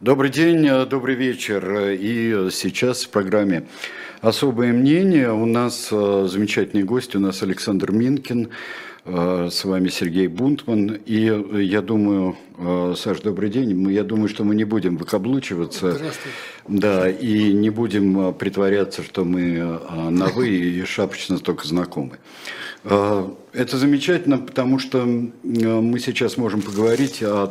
Добрый день, добрый вечер. И сейчас в программе «Особое мнение» у нас замечательный гость, у нас Александр Минкин, с вами Сергей Бунтман. И я думаю, Саш, добрый день, я думаю, что мы не будем выкаблучиваться. Здравствуйте. Да, и не будем притворяться, что мы на «вы» и шапочно только знакомы. Это замечательно, потому что мы сейчас можем поговорить о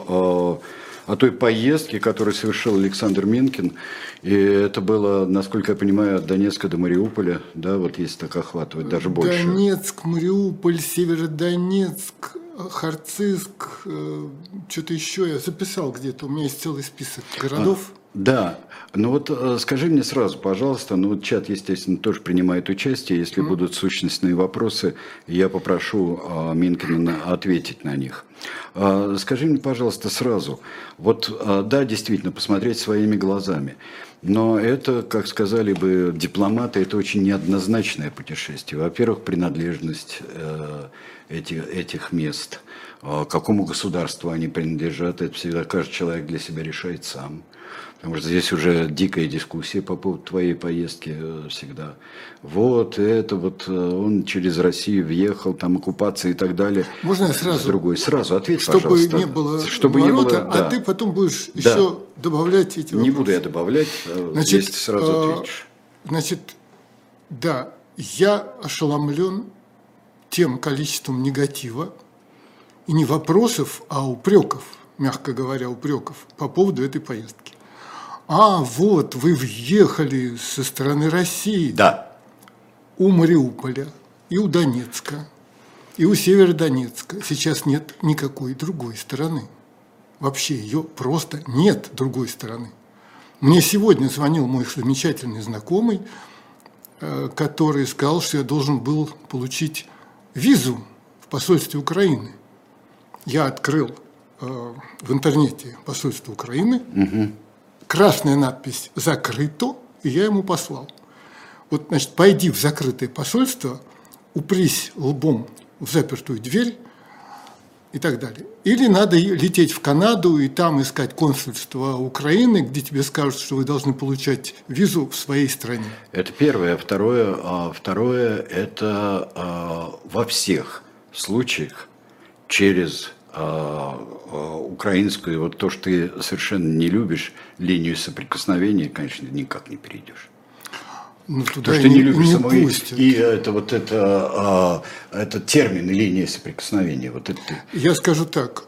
той поездке, которую совершил Александр Минкин. И это было, насколько я понимаю, от Донецка до Мариуполя, да, вот если так охватывать, даже больше. Донецк, Мариуполь, Северодонецк, Харциск, что-то еще я записал где-то, у меня есть целый список городов. Да, ну вот скажи мне сразу, пожалуйста, ну вот чат, естественно, тоже принимает участие, если будут сущностные вопросы, я попрошу Минкина ответить на них. Скажи мне, пожалуйста, сразу, вот да, действительно, посмотреть своими глазами, но это, как сказали бы дипломаты, это очень неоднозначное путешествие. Во-первых, принадлежность этих мест, какому государству они принадлежат, это всегда каждый человек для себя решает сам. Потому что здесь уже дикая дискуссия по поводу твоей поездки всегда. Вот это вот он через Россию въехал, там оккупация и так далее. Можно я сразу? Другой. Сразу ответь, чтобы пожалуйста. Не было чтобы ворота, не было, да. А ты потом будешь еще добавлять эти вопросы. Не буду я добавлять, если сразу ответишь. Значит, да, я ошеломлен тем количеством негатива, и не вопросов, а упреков, мягко говоря, упреков по поводу этой поездки. Вот, вы въехали со стороны России. Да. У Мариуполя, и у Донецка, и у Северодонецка сейчас нет никакой другой стороны. Вообще ее просто нет другой стороны. Мне сегодня звонил мой замечательный знакомый, который сказал, что я должен был получить визу в посольстве Украины. Я открыл в интернете посольство Украины, красная надпись «Закрыто», и я ему послал. Вот, значит, пойди в закрытое посольство, упрись лбом в запертую дверь и так далее. Или надо лететь в Канаду и там искать консульство Украины, где тебе скажут, что вы должны получать визу в своей стране. Это первое. Второе это во всех случаях через украинскую, вот то, что ты совершенно не любишь, линию соприкосновения, конечно, никак не перейдешь. То, что не любишь самой, пустят. И это термин линия соприкосновения. Вот это ты. Я скажу так,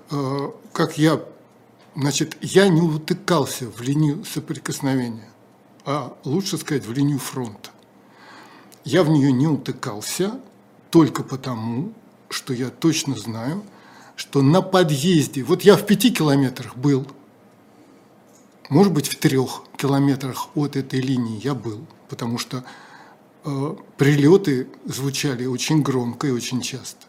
я не утыкался в линию соприкосновения, а лучше сказать в линию фронта. Я в нее не утыкался только потому, что я точно знаю, что на подъезде, вот я в 5 километрах был, может быть, в 3 километрах от этой линии я был, потому что прилеты звучали очень громко и очень часто.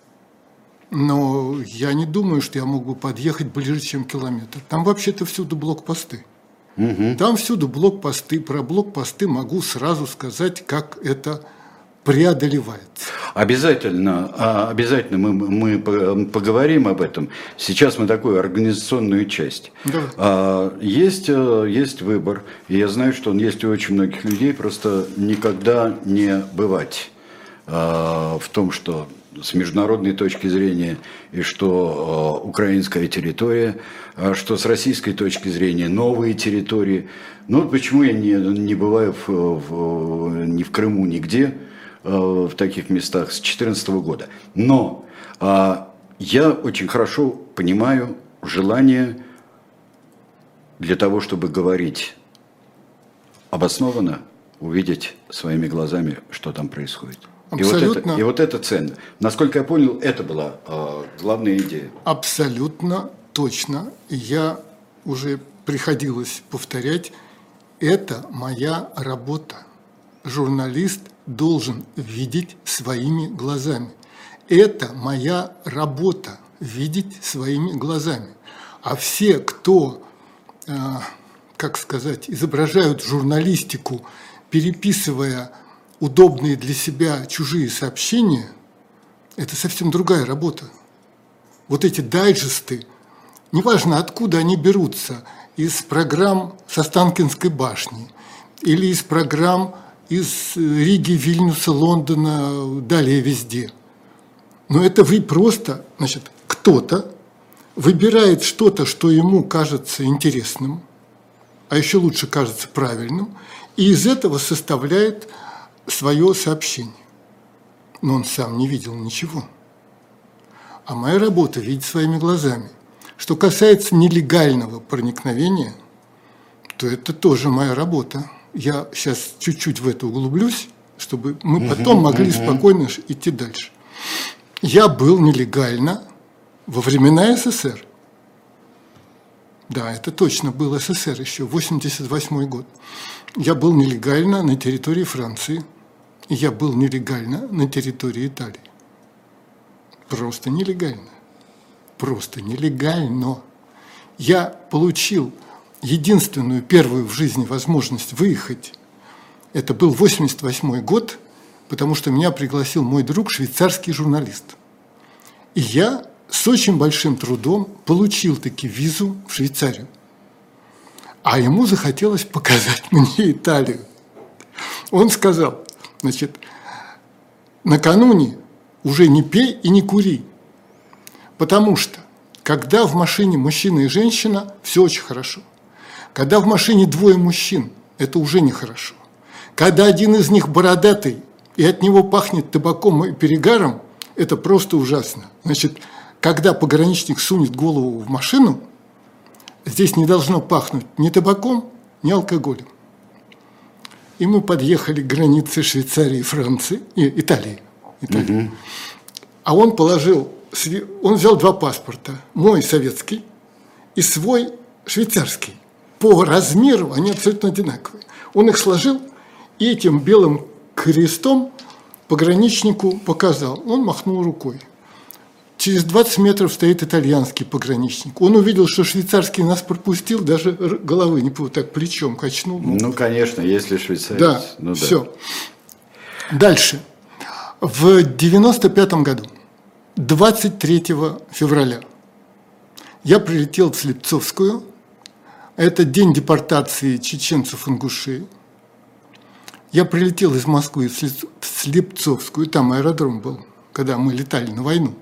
Но я не думаю, что я мог бы подъехать ближе, чем километр. Там вообще-то всюду блокпосты. Там всюду блокпосты. Про блокпосты могу сразу сказать, как это преодолевается. Обязательно мы поговорим об этом. Сейчас мы такую организационную часть. Да. Есть выбор, и я знаю, что он есть у очень многих людей, просто никогда не бывать в том, что с международной точки зрения, и что украинская территория, что с российской точки зрения новые территории. Ну, почему я не бываю ни в Крыму, нигде, в таких местах с 2014 года. Но я очень хорошо понимаю желание для того, чтобы говорить обоснованно, увидеть своими глазами, что там происходит. Абсолютно. И вот это ценно. Насколько я понял, это была главная идея. Абсолютно точно. Я уже приходилось повторять, это моя работа. Журналист должен видеть своими глазами. Это моя работа – видеть своими глазами. А все, кто, изображают журналистику, переписывая удобные для себя чужие сообщения, это совсем другая работа. Вот эти дайджесты, неважно откуда они берутся, из программ с Останкинской башни или из программ из Риги, Вильнюса, Лондона, далее везде. Но это вы просто, значит, кто-то выбирает что-то, что ему кажется интересным, а еще лучше кажется правильным, и из этого составляет свое сообщение. Но он сам не видел ничего. А моя работа видеть своими глазами. Что касается нелегального проникновения, то это тоже моя работа. Я сейчас чуть-чуть в это углублюсь, чтобы мы потом могли спокойно идти дальше. Я был нелегально во времена СССР. Да, это точно был СССР еще, 1988 год. Я был нелегально на территории Франции, и я был нелегально на территории Италии. Просто нелегально. Просто нелегально. Я получил единственную, первую в жизни возможность выехать. Это был 1988 год, потому что меня пригласил мой друг, швейцарский журналист. И я с очень большим трудом получил таки визу в Швейцарию. А ему захотелось показать мне Италию. Он сказал, значит, накануне уже не пей и не кури, потому что когда в машине мужчина и женщина, все очень хорошо. Когда в машине двое мужчин, это уже нехорошо. Когда один из них бородатый, и от него пахнет табаком и перегаром, это просто ужасно. Значит, когда пограничник сунет голову в машину, здесь не должно пахнуть ни табаком, ни алкоголем. И мы подъехали к границе Швейцарии и Франции, Италии. А он он взял два паспорта, мой советский и свой швейцарский. По размеру они абсолютно одинаковые. Он их сложил и этим белым крестом пограничнику показал. Он махнул рукой. Через 20 метров стоит итальянский пограничник. Он увидел, что швейцарский нас пропустил, даже головы не так плечом качнул. Ну, конечно, если швейцарец. Да, ну, да. Все. Дальше. В 1995 году, 23 февраля, я прилетел в Слепцовскую. Это день депортации чеченцев-ингушей. Я прилетел из Москвы в Слепцовскую, там аэродром был, когда мы летали на войну.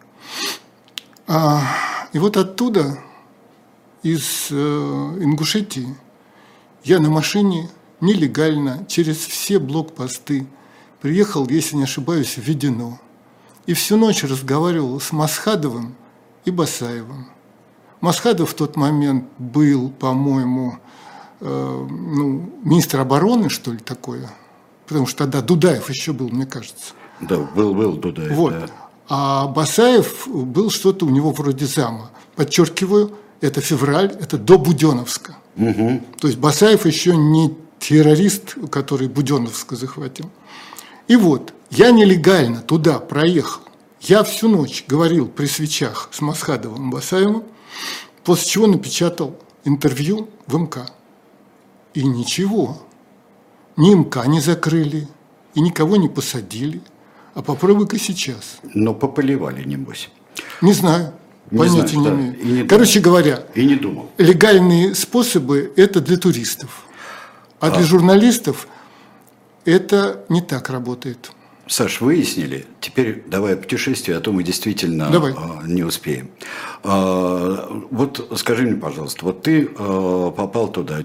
И вот оттуда, из Ингушетии, я на машине нелегально через все блокпосты приехал, если не ошибаюсь, в Ведено. И всю ночь разговаривал с Масхадовым и Басаевым. Масхадов в тот момент был, по-моему, министр обороны, что ли, такое. Потому что тогда Дудаев еще был, мне кажется. Да, был Дудаев. Вот. Да. А Басаев был что-то у него вроде зама. Подчеркиваю, это февраль, это до Буденновска. То есть Басаев еще не террорист, который Буденновска захватил. И вот, я нелегально туда проехал. Я всю ночь говорил при свечах с Масхадовым и Басаевым, после чего напечатал интервью в МК. И ничего. Ни МК не закрыли, и никого не посадили. А попробуй-ка сейчас. Но пополивали, небось. Не знаю. Понятия не имею. Короче говоря, и не думал. Легальные способы – это для туристов. А для журналистов это не так работает. Саш, выяснили. Теперь давай о путешествии, а то мы действительно не успеем. Вот скажи мне, пожалуйста, вот ты попал туда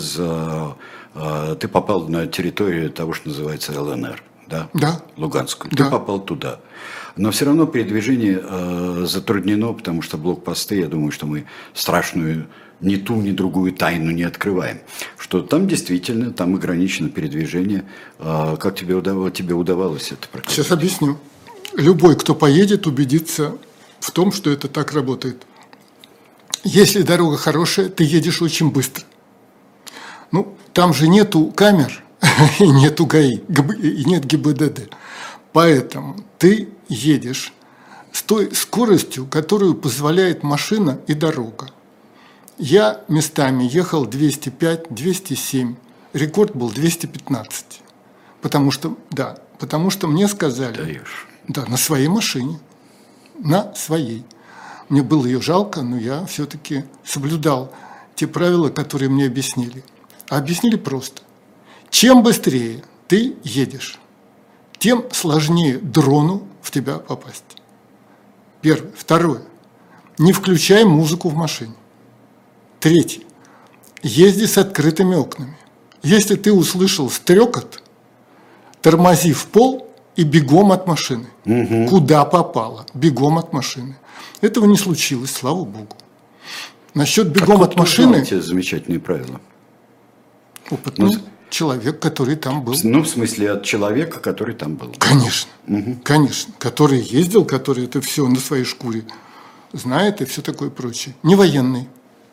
ты попал на территорию того, что называется ЛНР, да? Да. Луганскую. Да. Ты попал туда. Но все равно передвижение затруднено, потому что блокпосты, я думаю, что мы страшную ни ту, ни другую тайну не открываем. Что там действительно, там ограничено передвижение. Как тебе удавалось это практически? Сейчас объясню. Любой, кто поедет, убедится в том, что это так работает. Если дорога хорошая, ты едешь очень быстро. Ну, там же нету камер, и нету ГАИ, и нет ГИБДД. Поэтому ты едешь с той скоростью, которую позволяет машина и дорога. Я местами ехал 205-207, рекорд был 215. Потому что мне сказали, Даешь. Да, на своей машине, на своей. Мне было ее жалко, но я все-таки соблюдал те правила, которые мне объяснили. А объяснили просто. Чем быстрее ты едешь, тем сложнее дрону в тебя попасть. Первое. Второе. Не включай музыку в машине. Третье. Езди с открытыми окнами. Если ты услышал стрекот, тормози в пол и бегом от машины. Куда попало, бегом от машины. Этого не случилось, слава богу. Насчет бегом от машины... Эти замечательные правила. Опытный человек, который там был. Ну, в смысле, от человека, который там был. Конечно, конечно. Который ездил, который это все на своей шкуре знает и все такое прочее. Не военный,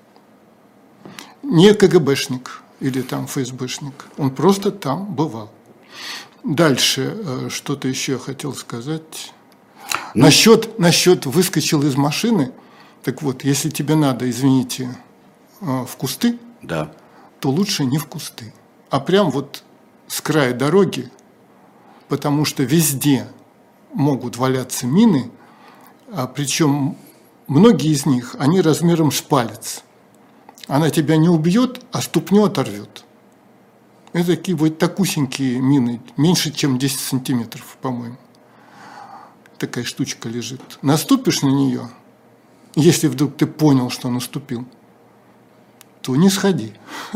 не КГБшник или там ФСБшник. Он просто там бывал. Дальше что-то еще я хотел сказать. Насчет выскочил из машины. Так вот, если тебе надо, извините, в кусты, да, то лучше не в кусты, а прям вот с края дороги, потому что везде могут валяться мины, причем многие из них, они размером с палец. Она тебя не убьет, а ступню оторвет. Это такие вот такусенькие мины, меньше, чем 10 сантиметров, по-моему. Такая штучка лежит. Наступишь на нее, если вдруг ты понял, что наступил, то не сходи.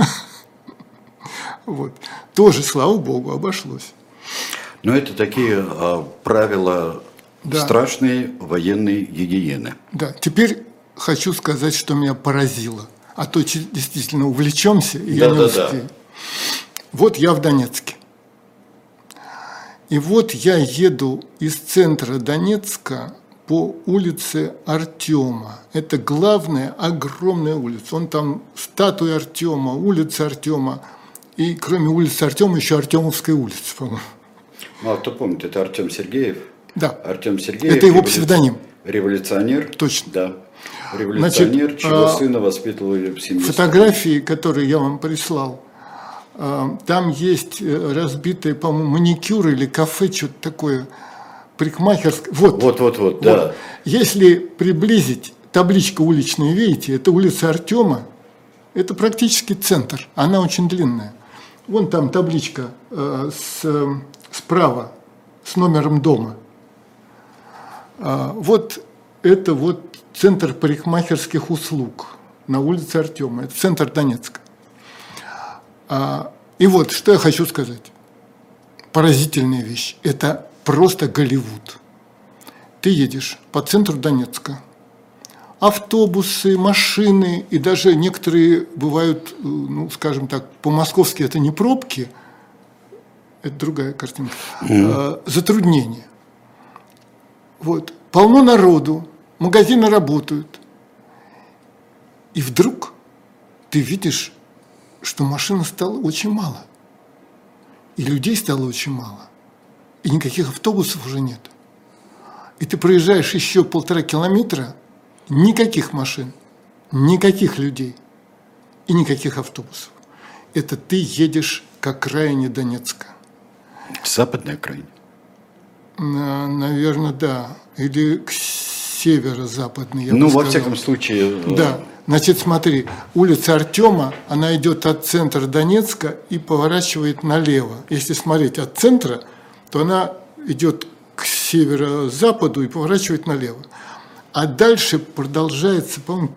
Вот. Тоже, слава богу, обошлось. Но это такие правила страшной военной гигиены. Да, теперь хочу сказать, что меня поразило. А то действительно увлечемся, и я не успею. Вот я в Донецке. И вот я еду из центра Донецка по улице Артема. Это главная огромная улица. Он там статуя Артема, улица Артема. И кроме улицы Артема еще Артемовская улица, по-моему. Ну, а кто помнит, это Артем Сергеев? Да. Артем Сергеев. Это его псевдоним. Революционер. Точно. Да. Революционер, значит, чьего сына воспитывал в семье. Фотографии, которые я вам прислал, там есть разбитые, по-моему, маникюр или кафе, что-то такое, парикмахерское. Вот. Да. Если приблизить, табличка уличная, видите, это улица Артема, это практически центр, она очень длинная. Вон там табличка справа с номером дома. Вот это вот центр парикмахерских услуг на улице Артема. Это центр Донецка. И вот, что я хочу сказать. Поразительная вещь. Это просто Голливуд. Ты едешь по центру Донецка. Автобусы, машины и даже некоторые бывают, ну, скажем так, по-московски это не пробки, это другая картинка, затруднения. Вот. Полно народу, магазины работают. И вдруг ты видишь, что машин стало очень мало. И людей стало очень мало. И никаких автобусов уже нет. И ты проезжаешь еще 1,5 километра, никаких машин, никаких людей и никаких автобусов. Это ты едешь к окраине Донецка. Западная окраина? Наверное, да. Или к северо-западной, я бы во сказал. всяком случае... Да. Значит, смотри, улица Артема, она идет от центра Донецка и поворачивает налево. Если смотреть от центра, то она идет к северо-западу и поворачивает налево. А дальше продолжается, по-моему,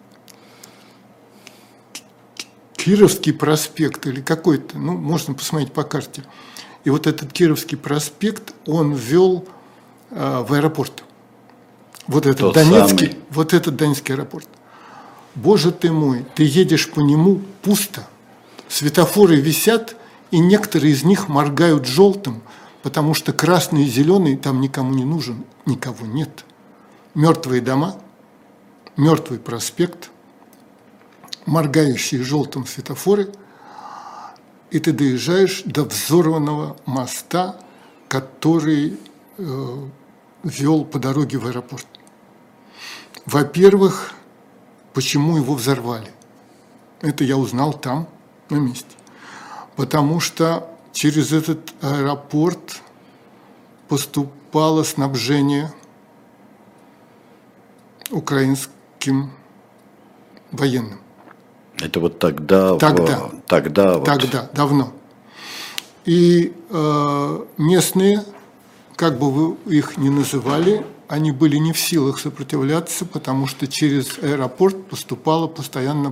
Кировский проспект или какой-то, ну, можно посмотреть по карте. И вот этот Кировский проспект, он вел в аэропорт. Вот этот Донецкий, вот этот Донецкий аэропорт. Боже ты мой, ты едешь по нему, пусто. Светофоры висят, и некоторые из них моргают желтым, потому что красный и зеленый там никому не нужен, никого нет. Мертвые дома, мертвый проспект, моргающие желтым светофоры, и ты доезжаешь до взорванного моста, который вел по дороге в аэропорт. Во-первых, почему его взорвали? Это я узнал там, на месте. Потому что через этот аэропорт поступало снабжение украинским военным. Это вот тогда, Тогда, давно. И местные, как бы вы их ни называли, они были не в силах сопротивляться, потому что через аэропорт поступало постоянно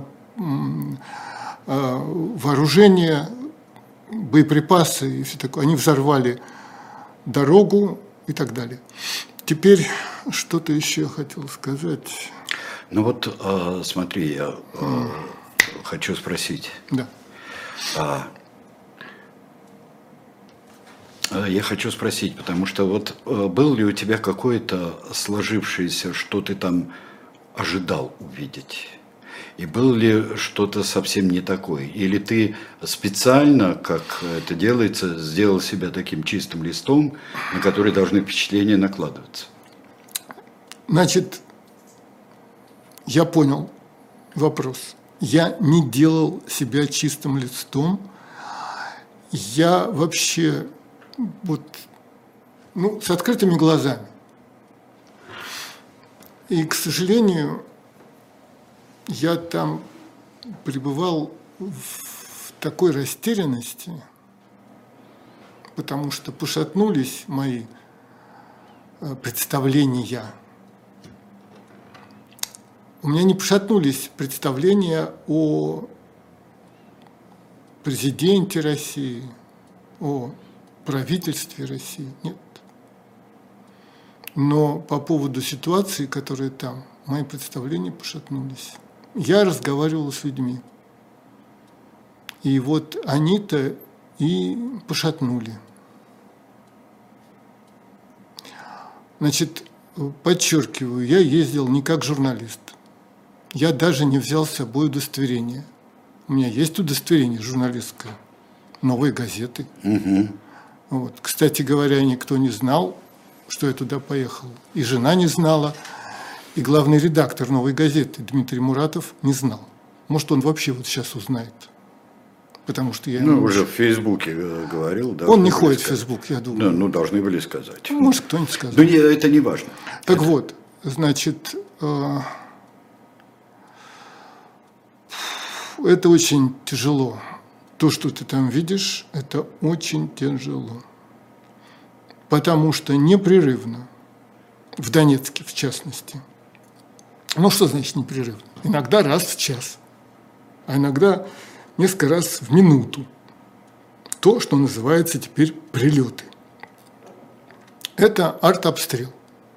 вооружение, боеприпасы и все такое. Они взорвали дорогу и так далее. Теперь что-то еще я хотел сказать. Ну вот смотри, я хочу спросить. Да. Я хочу спросить, потому что вот был ли у тебя какое-то сложившееся, что ты там ожидал увидеть? И было ли что-то совсем не такое? Или ты специально, как это делается, сделал себя таким чистым листом, на который должны впечатления накладываться? Значит, я понял вопрос. Я не делал себя чистым листом. Я вообще с открытыми глазами. И, к сожалению, я там пребывал в такой растерянности, потому что пошатнулись мои представления. У меня не пошатнулись представления о президенте России, о правительстве России. Нет. Но по поводу ситуации, которая там, мои представления пошатнулись. Я разговаривал с людьми. И вот они-то и пошатнули. Значит, подчеркиваю, я ездил не как журналист. Я даже не взял с собой удостоверение. У меня есть удостоверение журналистское, «Новые газеты». Угу. Вот. Кстати говоря, никто не знал, что я туда поехал. И жена не знала, и главный редактор «Новой газеты» Дмитрий Муратов не знал. Может, он вообще вот сейчас узнает. Потому что я ему уже в Фейсбуке говорил. Он не ходит в Фейсбук, я думаю. Да, должны были сказать. Может, кто-нибудь сказал. Но это не важно. Так вот, значит, это очень тяжело. То, что ты там видишь, это очень тяжело. Потому что непрерывно, в Донецке в частности, что значит непрерывно? Иногда раз в час, а иногда несколько раз в минуту. То, что называется теперь прилеты. Это артобстрел.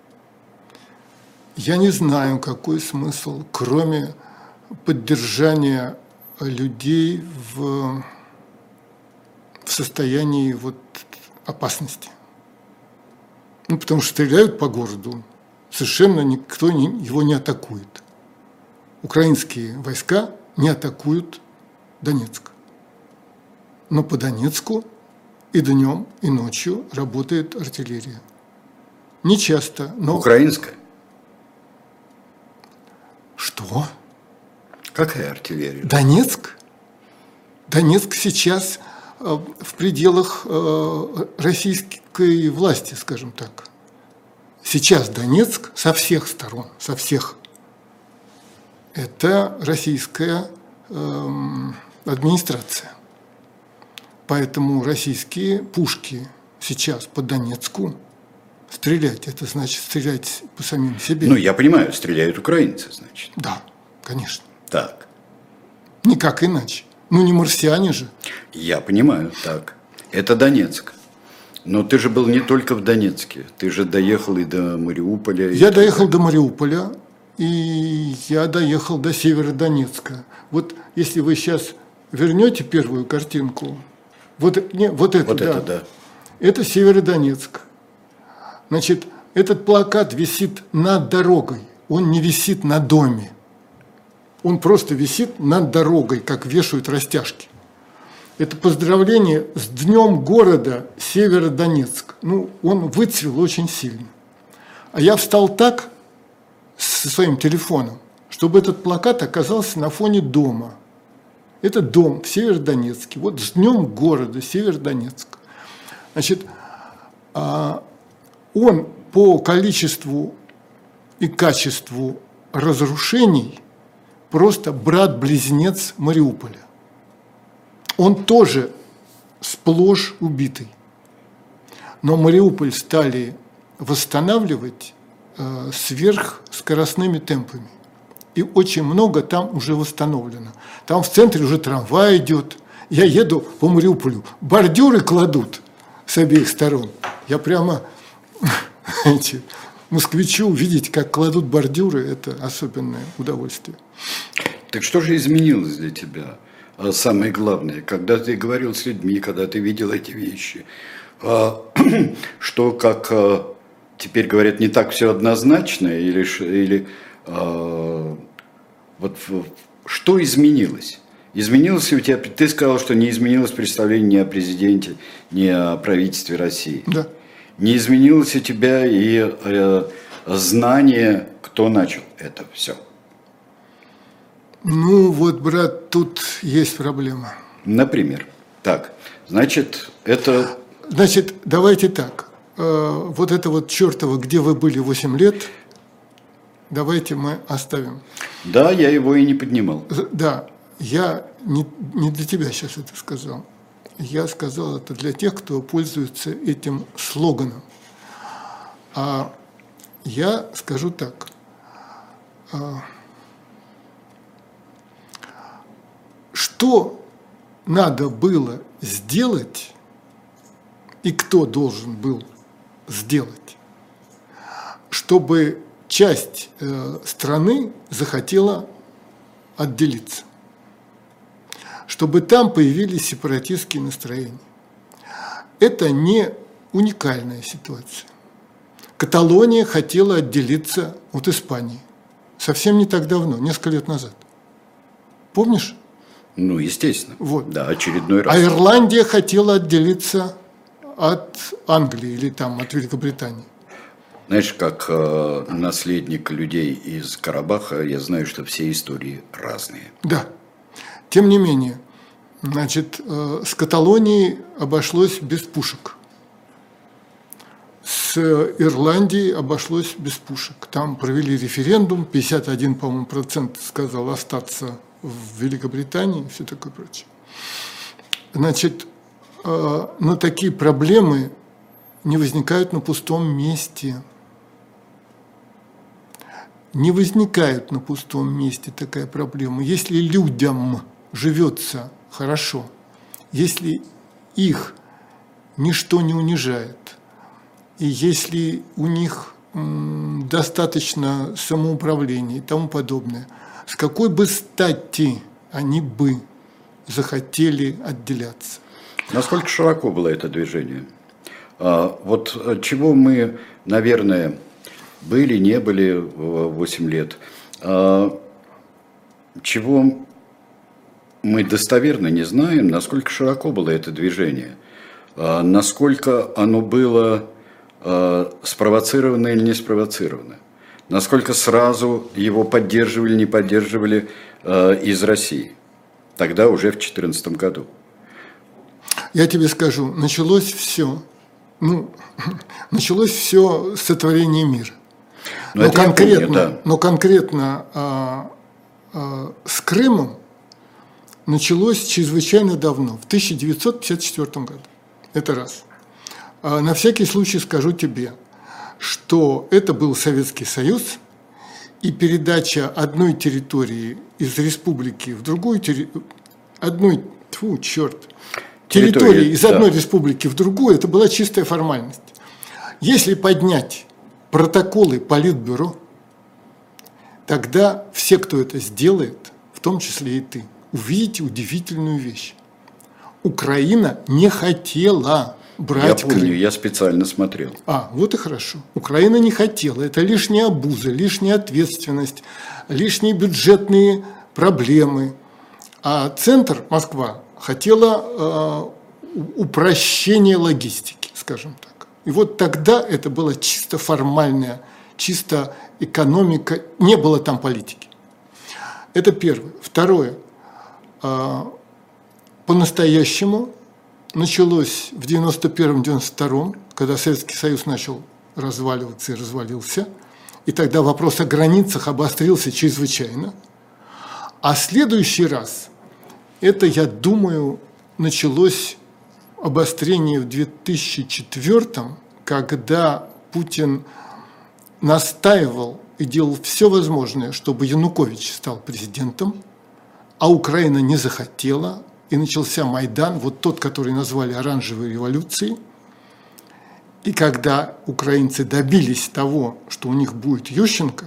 Я не знаю, какой смысл, кроме поддержания людей в состоянии опасности. Потому что стреляют по городу, совершенно никто его не атакует. Украинские войска не атакуют Донецк. Но по Донецку и днем, и ночью работает артиллерия. Не часто, но... Украинская? Что? Какая артиллерия? Донецк? Донецк сейчас в пределах российской власти, скажем так. Сейчас Донецк со всех сторон, со всех. Это российская администрация. Поэтому российские пушки сейчас по Донецку стрелять, это значит стрелять по самим себе. Я понимаю, стреляют украинцы, значит. Да, конечно. Так. Никак иначе. Не марсиане же. Я понимаю, так. Это Донецк. Но ты же был не только в Донецке. Ты же доехал и до Мариуполя. Я доехал до Мариуполя, и я доехал до Северодонецка. Вот если вы сейчас вернете первую картинку, да. Это Северодонецк. Значит, этот плакат висит над дорогой, он не висит на доме. Он просто висит над дорогой, как вешают растяжки. Это поздравление с Днем города Северодонецк. Он выцвел очень сильно. А я встал так со своим телефоном, чтобы этот плакат оказался на фоне дома. Это дом в Северодонецке. Вот с Днем города Северодонецк. Значит, он по количеству и качеству разрушений просто брат-близнец Мариуполя. Он тоже сплошь убитый. Но Мариуполь стали восстанавливать сверхскоростными темпами. И очень много там уже восстановлено. Там в центре уже трамвай идет. Я еду по Мариуполю, бордюры кладут с обеих сторон. Я прямо, знаете, москвичу видеть, как кладут бордюры, это особенное удовольствие. Так что же изменилось для тебя? Самое главное, когда ты говорил с людьми, когда ты видел эти вещи, что, как теперь говорят, не так все однозначно, или вот что изменилось? Изменилось ли у тебя, ты сказал, что не изменилось представление ни о президенте, ни о правительстве России. Да. Не изменилось у тебя и знание, кто начал это все. Ну вот, брат, тут есть проблема. Например. Так, значит, это... Значит, давайте так. Вот это вот чертово, где вы были 8 лет, давайте мы оставим. Да, я его и не поднимал. Да, я не для тебя сейчас это сказал. Я сказал это для тех, кто пользуется этим слоганом. А я скажу так. Что надо было сделать и кто должен был сделать, чтобы часть страны захотела отделиться, чтобы там появились сепаратистские настроения. Это не уникальная ситуация. Каталония хотела отделиться от Испании совсем не так давно, несколько лет назад. Помнишь? Ну, естественно. Вот. Да, очередной раз. А Ирландия хотела отделиться от Англии или там от Великобритании. Знаешь, как наследник людей из Карабаха, я знаю, что все истории разные. Да. Тем не менее, значит, с Каталонией обошлось без пушек. С Ирландией обошлось без пушек. Там провели референдум, 51, по-моему, процент сказал остаться в Великобритании и все такое прочее. Значит, но такие проблемы не возникают на пустом месте. Не возникает на пустом месте такая проблема. Если людям живется хорошо, если их ничто не унижает, и если у них достаточно самоуправления и тому подобное, с какой бы стати они бы захотели отделяться? Насколько широко было это движение? Вот чего мы, наверное, были, не были 8 лет, чего мы достоверно не знаем, насколько широко было это движение, насколько оно было спровоцировано или не спровоцировано, насколько сразу его поддерживали, не поддерживали из России, тогда уже в 2014 году. Я тебе скажу, началось все с сотворения мира. Но конкретно с Крымом началось чрезвычайно давно, в 1954 году. Это раз. На всякий случай скажу тебе, что это был Советский Союз, и передача одной территории из республики в другую территории из одной республики в другую, это была чистая формальность. Если поднять протоколы Политбюро, тогда все, кто это сделает, в том числе и ты, увидите удивительную вещь. Украина не хотела брать Крым. Я помню, я специально смотрел. Вот и хорошо. Украина не хотела. Это лишняя обуза, лишняя ответственность, лишние бюджетные проблемы. А центр, Москва, хотела упрощения логистики, скажем так. И вот тогда это было чисто формальное, чисто экономика, не было там политики. Это первое. Второе. По-настоящему началось в 91-92, когда Советский Союз начал разваливаться и развалился, и тогда вопрос о границах обострился чрезвычайно. А следующий раз, это, я думаю, началось обострение в 2004, когда Путин настаивал и делал все возможное, чтобы Янукович стал президентом, а Украина не захотела, и начался Майдан, вот тот, который назвали оранжевой революцией. И когда украинцы добились того, что у них будет Ющенко,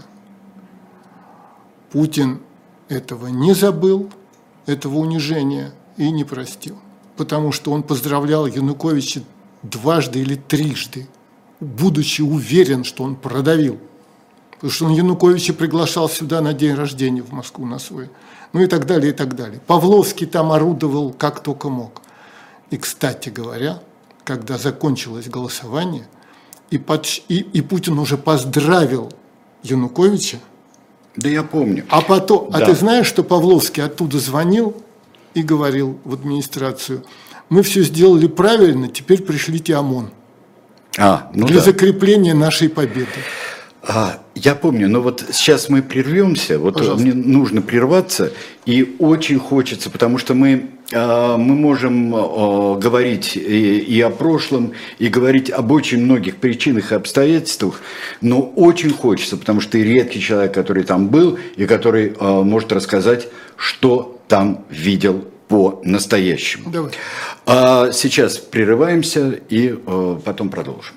Путин этого не забыл, этого унижения, и не простил. Потому что он поздравлял Януковича дважды или трижды, будучи уверен, что он продавил. Потому что он Януковича приглашал сюда на день рождения в Москву на свой. Ну и так далее, и так далее. Павловский там орудовал как только мог. И, кстати говоря, когда закончилось голосование, и Путин уже поздравил Януковича. Да я помню. А потом, да. А ты знаешь, что Павловский оттуда звонил и говорил в администрацию: мы все сделали правильно, теперь пришлите ОМОН для закрепления нашей победы. Я помню, но вот сейчас мы прервемся, вот мне нужно прерваться, и очень хочется, потому что мы можем говорить и о прошлом, и говорить об очень многих причинах и обстоятельствах, но очень хочется, потому что ты редкий человек, который там был, и который может рассказать, что там видел по-настоящему. Давай. Сейчас прерываемся и потом продолжим.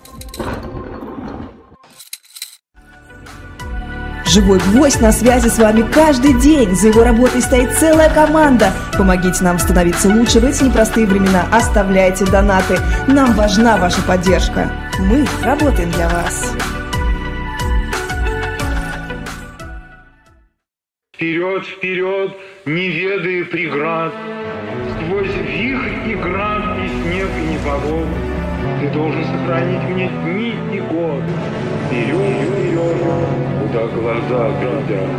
«Живой гвоздь» на связи с вами каждый день. За его работой стоит целая команда. Помогите нам становиться лучше в эти непростые времена. Оставляйте донаты. Нам важна ваша поддержка. Мы работаем для вас. Вперед, вперед, не ведая преград, сквозь вихрь и град, и снег, и непогоду, ты должен сохранить мне дни и годы. Вперед, вперед, куда глаза глядят.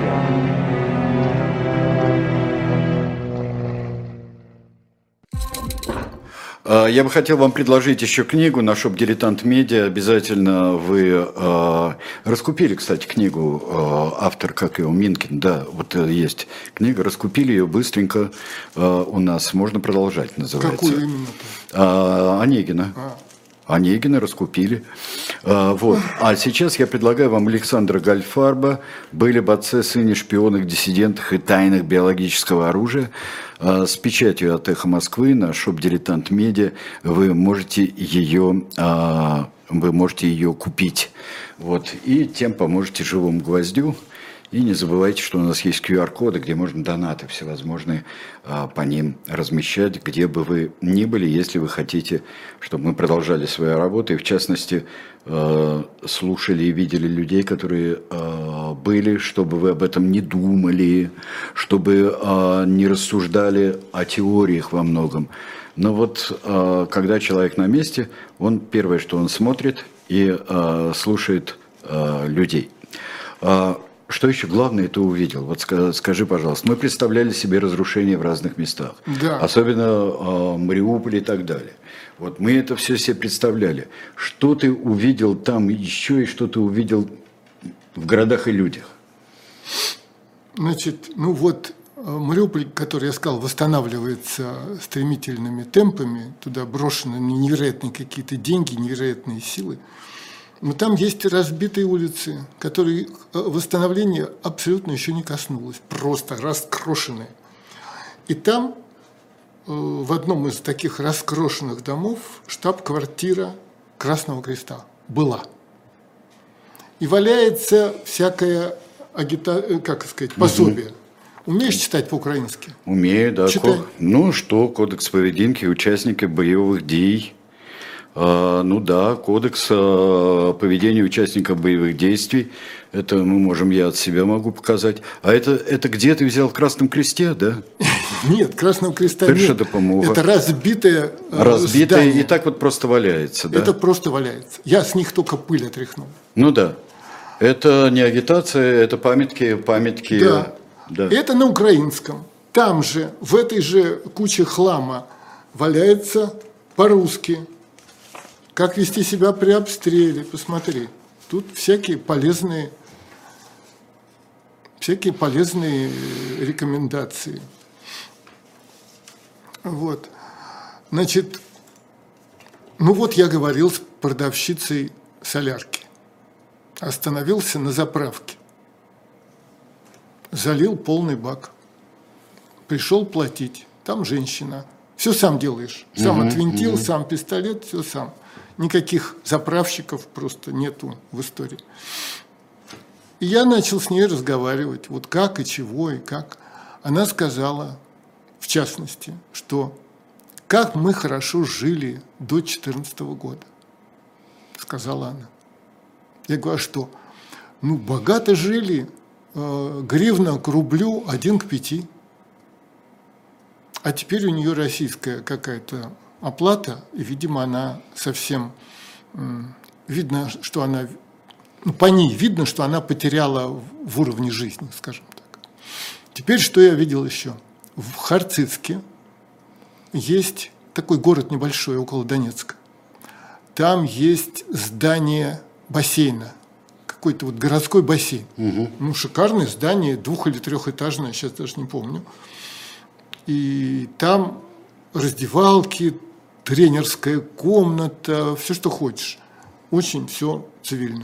Я бы хотел вам предложить еще книгу на Shop Dilettant Media. Обязательно вы раскупили, кстати, книгу, автор, как его, Минкин, да, вот есть книга, раскупили ее быстренько у нас, можно продолжать, называется. Какую именно-то? Онегина. Онегина раскупили. Вот. А сейчас я предлагаю вам Александра Гальфарба «Были бы отцы, сыне, шпионах, диссидентах и тайнах биологического оружия» с печатью от «Эхо Москвы» на Shop Dilettant Media. Вы можете ее купить. Вот. И тем поможете «Живому гвоздю». И не забывайте, что у нас есть QR-коды, где можно донаты всевозможные по ним размещать, где бы вы ни были, если вы хотите, чтобы мы продолжали свою работу. И в частности, слушали и видели людей, которые были, чтобы вы об этом не думали, чтобы не рассуждали о теориях во многом. Но вот когда человек на месте, он первое, что он смотрит и слушает людей. Что еще главное ты увидел? Вот скажи, пожалуйста. Мы представляли себе разрушения в разных местах. Да. Особенно Мариуполь и так далее. Вот мы это все себе представляли. Что ты увидел там еще и что ты увидел в городах и людях? Значит, Мариуполь, который я сказал, восстанавливается стремительными темпами. Туда брошены невероятные какие-то деньги, невероятные силы. Но там есть разбитые улицы, которые восстановления абсолютно еще не коснулось, просто раскрошенные. И там, в одном из таких раскрошенных домов, штаб-квартира Красного Креста была. И валяется всякое пособие. Умеешь читать по-украински? Умею, да. Читай. Кодекс поведінки участников боевых дій. Кодекс поведения участников боевых действий. Это мы можем, я от себя могу показать. А это где ты взял в Красном Кресте, да? Нет, Красного Креста нет. Это разбитое здание. И так вот просто валяется, да? Это просто валяется. Я с них только пыль отряхнул. Ну да. Это не агитация, это памятки. Да. Это на украинском. Там же, в этой же куче хлама валяется по-русски. Как вести себя при обстреле, посмотри. Тут всякие полезные всякие полезные рекомендации. Вот. Значит, ну вот я говорил с продавщицей солярки. Остановился на заправке. Залил полный бак. Пришел платить. Там женщина. Все сам делаешь. Сам отвинтил, сам пистолет, все сам. Никаких заправщиков просто нету в истории. И я начал с ней разговаривать. Вот как и чего и как. Она сказала, в частности, что как мы хорошо жили до 2014 года. Сказала она. Я говорю, а что? Ну, богато жили. Гривна к рублю 1 к 5. А теперь у нее российская какая-то оплата, и, видимо, она совсем... Видно, что она... Ну, по ней видно, что она потеряла в уровне жизни, скажем так. Теперь что я видел еще? В Харцизске есть такой город небольшой, около Донецка. Там есть здание бассейна. Какой-то вот городской бассейн. Ну, шикарное здание, 2- или 3-этажное, сейчас даже не помню. И там раздевалки, тренерская комната, все, что хочешь. Очень все цивильно.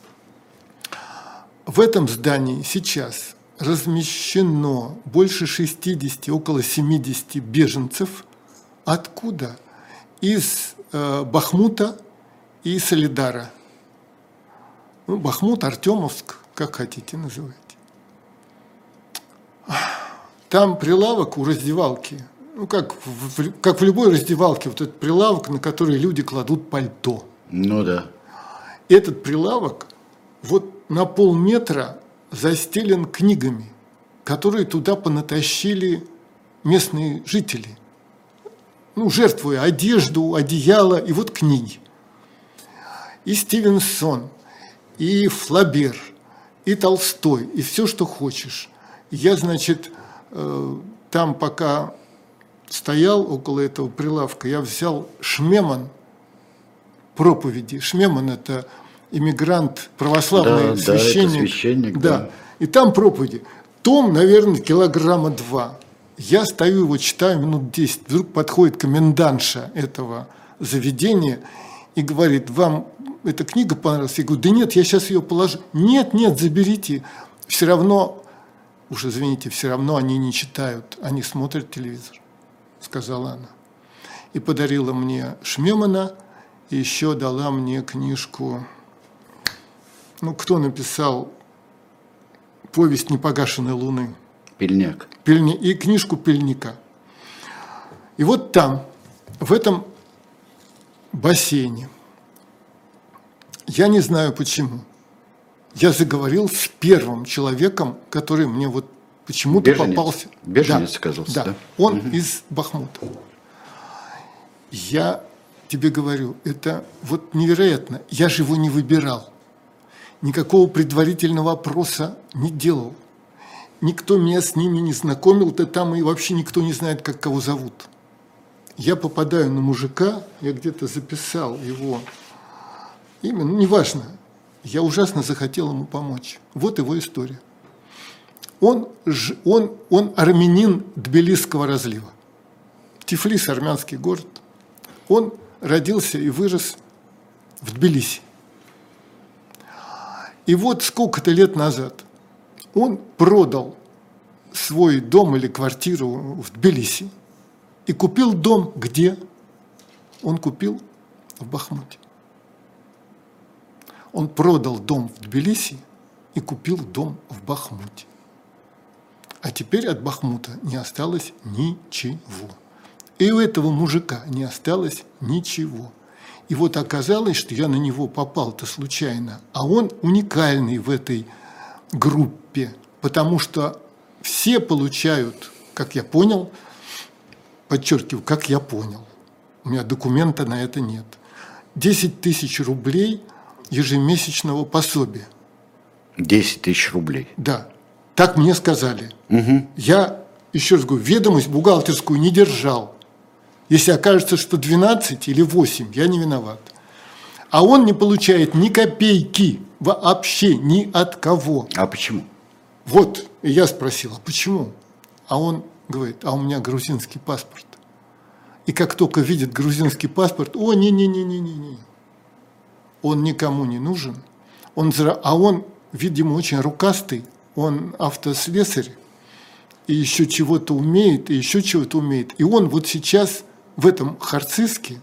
В этом здании сейчас размещено больше 60, около 70 беженцев. Откуда? Из Бахмута и Солидара. Ну, Бахмут, Артемовск, как хотите называйте. Там прилавок у раздевалки, ну, как в любой раздевалке, вот этот прилавок, на который люди кладут пальто. Ну да. Этот прилавок вот на полметра застелен книгами, которые туда понатащили местные жители. Ну, жертвуя одежду, одеяло и вот книги. И Стивенсон, и Флабер, и Толстой, и все, что хочешь. Я, значит, там пока стоял около этого прилавка, я взял Шмеман проповеди. Шмеман – это иммигрант, православный священник. Да, это священник, да. И там проповеди. Том, наверное, 2 килограмма. Я стою его, читаю минут 10. Вдруг подходит комендантша этого заведения и говорит, вам эта книга понравилась? Я говорю, да нет, я сейчас ее положу. Нет, заберите. Все равно, уж извините, все равно они не читают, они смотрят телевизор, сказала она. И подарила мне Шмемана, и еще дала мне книжку, ну, кто написал «Повесть непогашенной луны». Пельняк. И книжку Пельника. И вот там, в этом бассейне, я не знаю почему, я заговорил с первым человеком, который мне вот почему-то попался. Беженец оказался, да? Он из Бахмута. Я тебе говорю, это вот невероятно. Я же его не выбирал. Никакого предварительного опроса не делал. Никто меня с ними не знакомил-то там, и вообще никто не знает, как кого зовут. Я попадаю на мужика, я где-то записал его имя, ну, неважно. Я ужасно захотел ему помочь. Вот его история. Он армянин Тбилисского разлива. Тифлис – армянский город. Он родился и вырос в Тбилиси. И вот сколько-то лет назад он продал свой дом или квартиру в Тбилиси и купил дом где? Он купил в Бахмуте. Он продал дом в Тбилиси и купил дом в Бахмуте. А теперь от Бахмута не осталось ничего. И у этого мужика не осталось ничего. И вот оказалось, что я на него попал-то случайно, а он уникальный в этой группе, потому что все получают, как я понял, подчеркиваю, как я понял, у меня документа на это нет, 10 тысяч рублей ежемесячного пособия. 10 тысяч рублей? Да, так мне сказали. Я, еще раз говорю, ведомость бухгалтерскую не держал. Если окажется, что 12 или 8, я не виноват. А он не получает ни копейки вообще ни от кого. А почему? Вот, и я спросил, а почему? А он говорит, а у меня грузинский паспорт. И как только видит грузинский паспорт, о, не-не-не-не-не-не. Он никому не нужен. А он, видимо, очень рукастый, он автослесарь, и еще чего-то умеет, и еще чего-то умеет. И он вот сейчас в этом Харциске,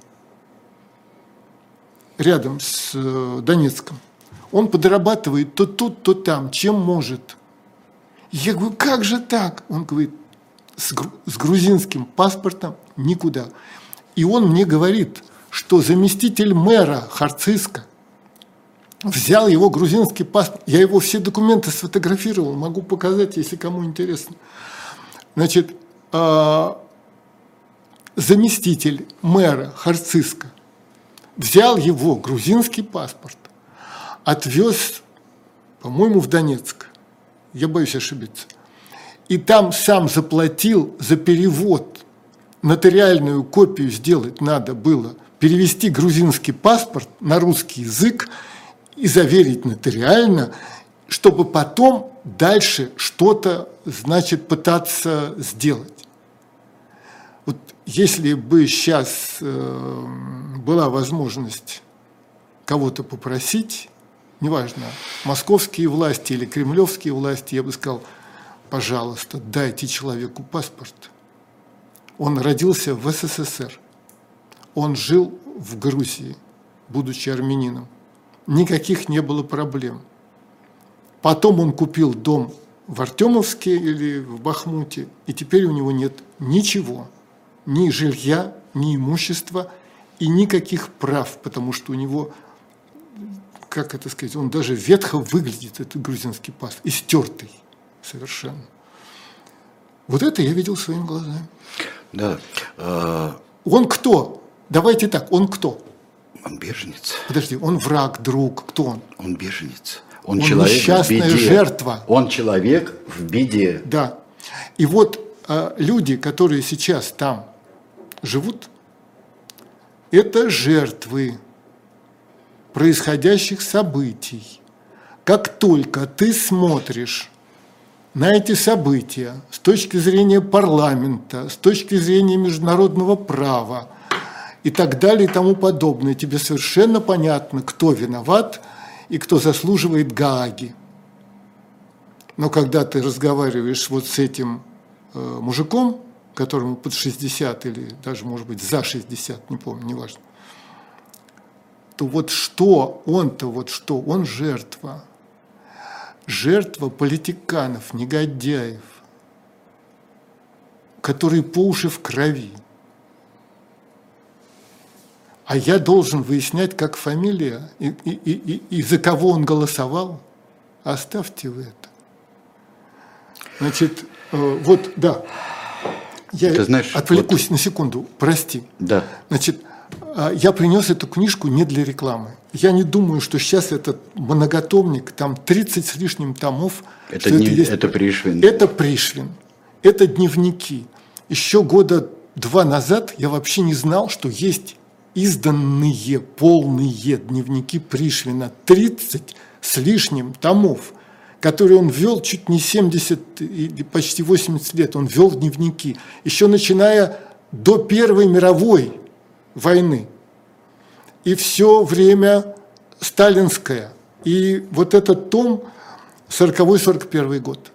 рядом с Донецком, он подрабатывает то тут, то там, чем может. Я говорю, как же так? Он говорит, с грузинским паспортом никуда. И он мне говорит, что заместитель мэра Харциска взял его грузинский паспорт. Я его все документы сфотографировал, могу показать, если кому интересно. Значит, заместитель мэра Харциска взял его грузинский паспорт, отвез, по-моему, в Донецк. Я боюсь ошибиться. И там сам заплатил за перевод. Нотариальную копию сделать надо было. Перевести грузинский паспорт на русский язык и заверить нотариально, чтобы потом дальше что-то, значит, пытаться сделать. Вот если бы сейчас была возможность кого-то попросить, неважно, московские власти или кремлевские власти, я бы сказал, пожалуйста, дайте человеку паспорт. Он родился в СССР, он жил в Грузии, будучи армянином. Никаких не было проблем. Потом он купил дом в Артемовске или в Бахмуте, и теперь у него нет ничего, ни жилья, ни имущества и никаких прав, потому что у него, как это сказать, он даже ветхо выглядит, этот грузинский паспорт, истертый совершенно. Вот это я видел своими глазами. Да. Он кто? Давайте так, он кто? Он беженец. Подожди, он враг, друг, кто он? Он беженец. Он человек несчастная в беде. Жертва. Он человек в беде. Да. И вот люди, которые сейчас там живут, это жертвы происходящих событий. Как только ты смотришь на эти события с точки зрения парламента, с точки зрения международного права и так далее и тому подобное, тебе совершенно понятно, кто виноват и кто заслуживает Гааги. Но когда ты разговариваешь вот с этим мужиком, которому под 60 или даже, может быть, за 60, не помню, неважно, то вот что он-то, вот что, он жертва. Жертва политиканов, негодяев, которые по уши в крови. А я должен выяснять, как фамилия и за кого он голосовал. Оставьте вы это. Значит, вот, да. Я отвлекусь вот на секунду, прости. Да. Значит, я принес эту книжку не для рекламы. Я не думаю, что сейчас этот многотомник, там 30 с лишним томов. Это Пришвин. Это Пришвин. Это дневники. Еще года 2 назад я вообще не знал, что есть изданные полные дневники Пришвина. 30 с лишним томов, которые он вел чуть не 70 или почти 80 лет. Он вел дневники. Еще начиная до Первой мировой войны. И все время сталинское. И вот этот том 40-41 год.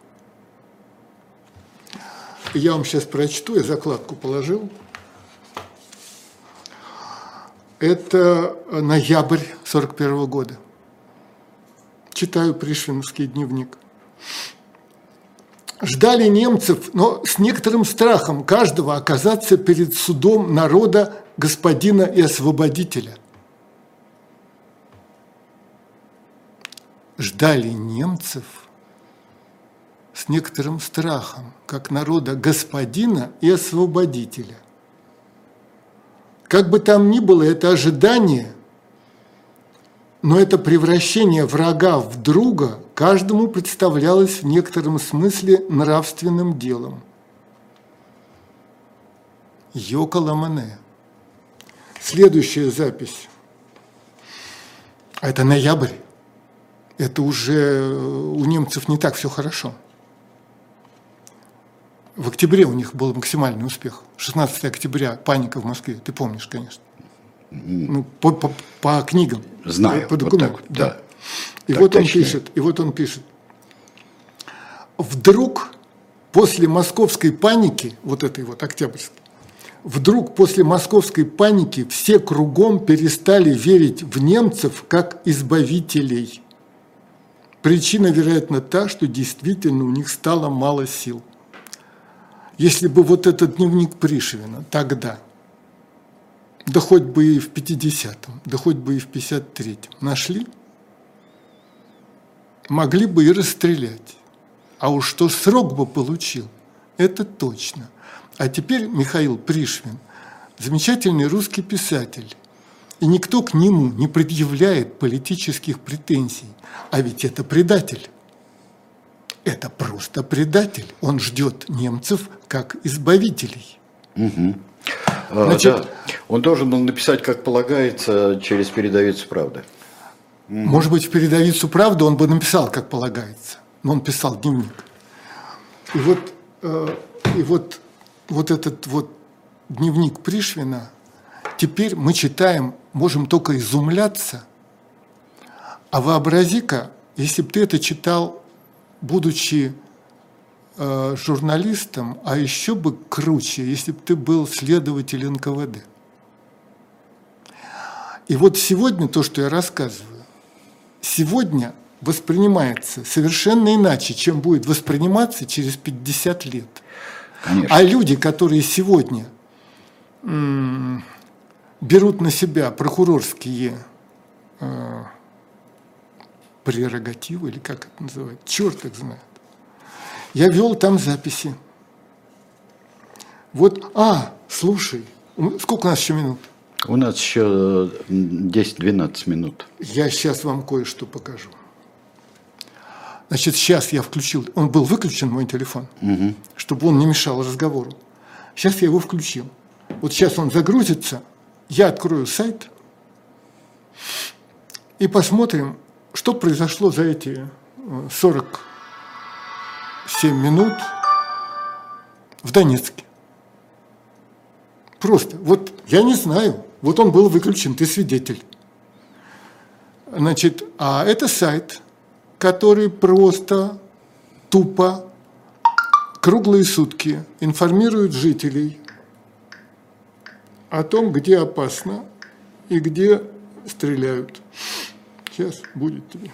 Я вам сейчас прочту, я закладку положил. Это ноябрь 41 года. Читаю пришвиновский дневник. Ждали немцев, но с некоторым страхом каждого оказаться перед судом народа, господина и освободителя. Ждали немцев с некоторым страхом, как народа господина и освободителя. Как бы там ни было, это ожидание, но это превращение врага в друга каждому представлялось в некотором смысле нравственным делом. Йокаламане. Следующая запись. Это ноябрь. Это уже у немцев не так все хорошо. В октябре у них был максимальный успех. 16 октября, паника в Москве, ты помнишь, конечно. Ну, по книгам. Знаю, по документам. вот так, да. И Так вот он точнее. пишет, вдруг после московской паники, вот этой вот октябрьской, вдруг после московской паники все кругом перестали верить в немцев как избавителей. Причина, вероятно, та, что действительно у них стало мало сил. Если бы вот этот дневник Пришвина тогда, да хоть бы и в 50-м, да хоть бы и в 53-м нашли, могли бы и расстрелять. А уж что срок бы получил, это точно. А теперь Михаил Пришвин – замечательный русский писатель. И никто к нему не предъявляет политических претензий. А ведь это предатель. Это просто предатель. Он ждет немцев как избавителей. Угу. Значит, Да. Он должен был написать, как полагается, через передовицу «Правды». Может быть, в передовицу «Правду» он бы написал, как полагается. Но он писал дневник. И вот этот вот дневник Пришвина теперь мы читаем, можем только изумляться. А вообрази-ка, если бы ты это читал, будучи журналистом, а еще бы круче, если бы ты был следователь НКВД. И вот сегодня то, что я рассказываю, сегодня воспринимается совершенно иначе, чем будет восприниматься через 50 лет. Конечно. А люди, которые сегодня берут на себя прокурорские прерогативы, или как это называют, черт их знает. Я вел там записи. Вот, слушай, сколько у нас еще минут? У нас еще 10-12 минут. Я сейчас вам кое-что покажу. Значит, сейчас я включил, он был выключен, мой телефон, чтобы он не мешал разговору. Сейчас я его включил. Вот сейчас он загрузится, я открою сайт и посмотрим, что произошло за эти 47 минут в Донецке. Просто, вот я не знаю, вот он был выключен, ты свидетель. Значит, а это сайт, который просто тупо круглые сутки информирует жителей о том, где опасно и где стреляют. Сейчас будет тебе.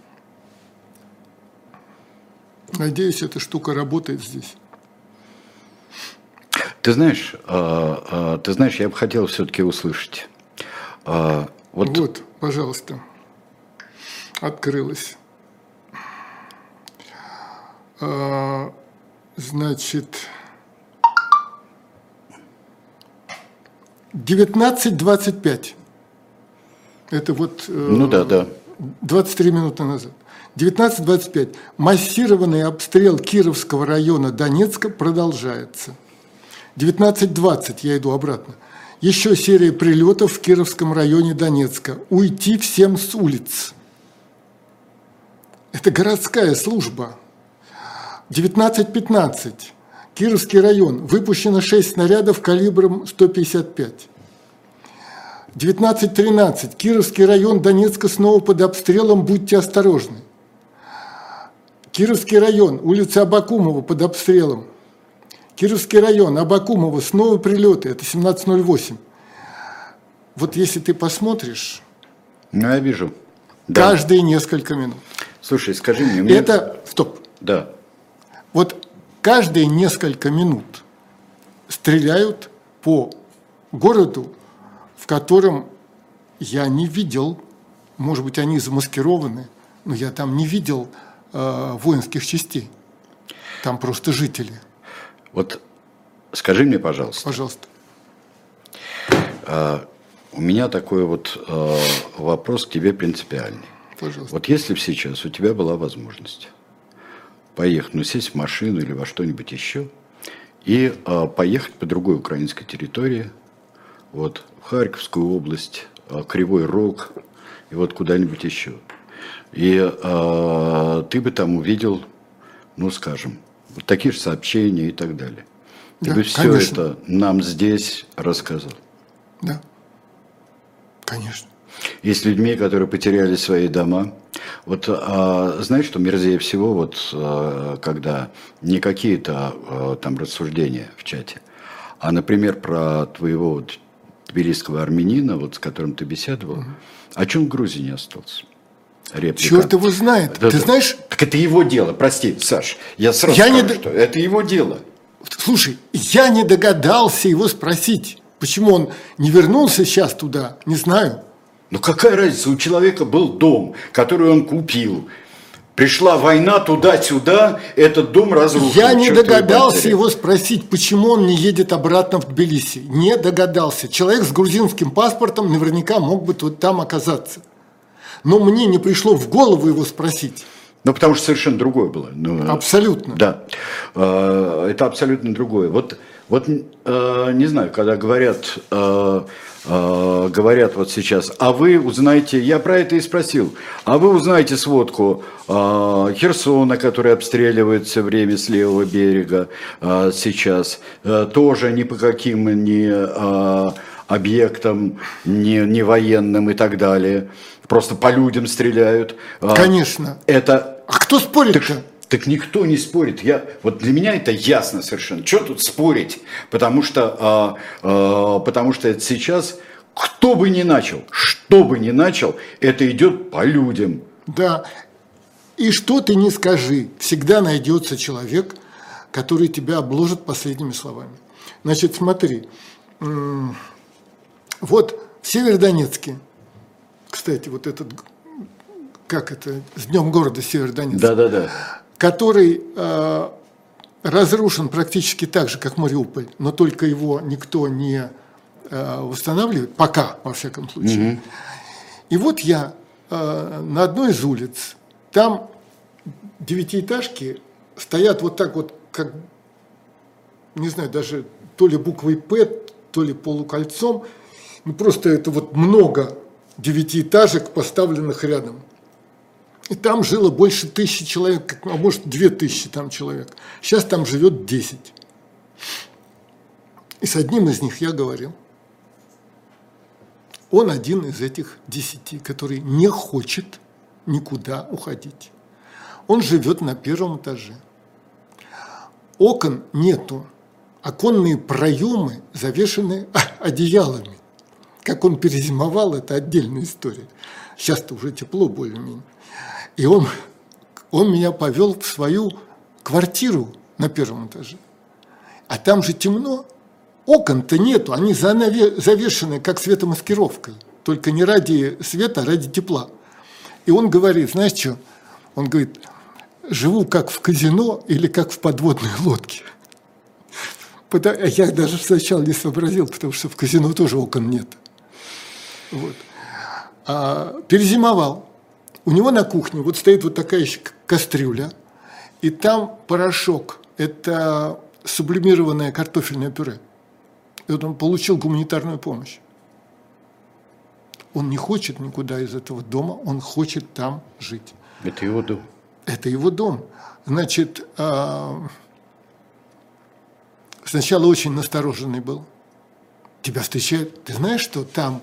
Надеюсь, эта штука работает здесь. Ты знаешь, я бы хотел все-таки услышать. Вот, пожалуйста, открылось. Значит, 19:25. Это вот Ну да. 23 минуты назад. 19:25. Массированный обстрел Кировского района Донецка продолжается. 19:20, я иду обратно. Еще серия прилетов в Кировском районе Донецка. Уйти всем с улиц. Это городская служба. 19:15. Кировский район. Выпущено 6 снарядов калибром 155. 19:13. Кировский район Донецка снова под обстрелом. Будьте осторожны. Кировский район. Улица Абакумова под обстрелом. Кировский район. Абакумова. Снова прилеты. Это 17:08. Вот если ты посмотришь. Ну, я вижу. Да. Каждые несколько минут. Слушай, скажи мне... Это... Стоп. Да. Вот каждые несколько минут стреляют по городу, в котором я не видел, может быть, они замаскированы, но я там не видел воинских частей. Там просто жители. Вот скажи мне, пожалуйста. Пожалуйста. У меня такой вот вопрос к тебе принципиальный. Пожалуйста. Вот если бы сейчас у тебя была возможность поехать, сесть в машину или во что-нибудь еще, и поехать по другой украинской территории, вот, в Харьковскую область, Кривой Рог, и вот куда-нибудь еще. И ты бы там увидел, скажем, Вот такие же сообщения и так далее. Ты Да, бы все конечно. это нам здесь рассказал. Да, конечно. И с людьми, которые потеряли свои дома. Вот знаешь, что мерзее всего, вот когда не какие-то там рассуждения в чате, а, например, про твоего вот тбилисского армянина, вот с которым ты беседовал, о чем в Грузии не остался? Реплика. Черт его знает. Да, Ты да. знаешь, Так это его дело, прости, Саш, я сразу Я не скажу, д- что это его дело. слушай, я не догадался его спросить, почему он не вернулся сейчас туда, не знаю. Ну какая разница, у человека был дом, который он купил. Пришла война туда-сюда, этот дом разрушен. Я не Чёртовой догадался матери. его спросить, почему он не едет обратно в Тбилиси. Не догадался. Человек с грузинским паспортом наверняка мог бы вот там оказаться. Но мне не пришло в голову его спросить. Ну, потому что совершенно другое было. Ну, Абсолютно. Да, это абсолютно другое. Вот не знаю, когда говорят вот сейчас, а вы узнаете, я про это и спросил, а вы узнаете сводку Херсона, который обстреливают все время с левого берега сейчас, тоже ни по каким ни объектам, ни военным и так далее, просто по людям стреляют. Конечно. Это... А кто спорит-то? Так никто не спорит. Вот для меня это ясно совершенно. Что тут спорить? Потому что это сейчас, кто бы ни начал, что бы ни начал, это идет по людям. Да. И что ты не скажи, всегда найдется человек, который тебя обложит последними словами. Значит, смотри. Вот в Северодонецке, кстати, вот этот, как это, с Днем города Северодонецк. Да. Который разрушен практически так же, как Мариуполь, но только его никто не восстанавливает, пока, во всяком случае. Угу. И вот я на одной из улиц, там 9-этажки стоят вот так вот, как, не знаю, даже то ли буквой «П», то ли полукольцом, ну просто это вот много 9-этажек, поставленных рядом. И там жило больше 1000 человек, а может 2000 там человек. Сейчас там живет 10. И с одним из них я говорил. Он один из этих 10, который не хочет никуда уходить. Он живет на 1-м этаже. Окон нету. Оконные проемы завешены одеялами. Как он перезимовал, это отдельная история. Сейчас-то уже тепло более-менее. И он меня повел в свою квартиру на 1-м этаже. А там же темно, окон-то нету, они завешены как светомаскировкой. Только не ради света, а ради тепла. И он говорит, знаешь что? Он говорит, живу как в казино или как в подводной лодке. Я даже сначала не сообразил, потому что в казино тоже окон нет. Вот. Перезимовал. У него на кухне вот стоит вот такая еще кастрюля, и там порошок. Это сублимированное картофельное пюре. И вот он получил гуманитарную помощь. Он не хочет никуда из этого дома, он хочет там жить. Это его дом. Это его дом. Значит, сначала очень настороженный был. Тебя встречают. Ты знаешь, что там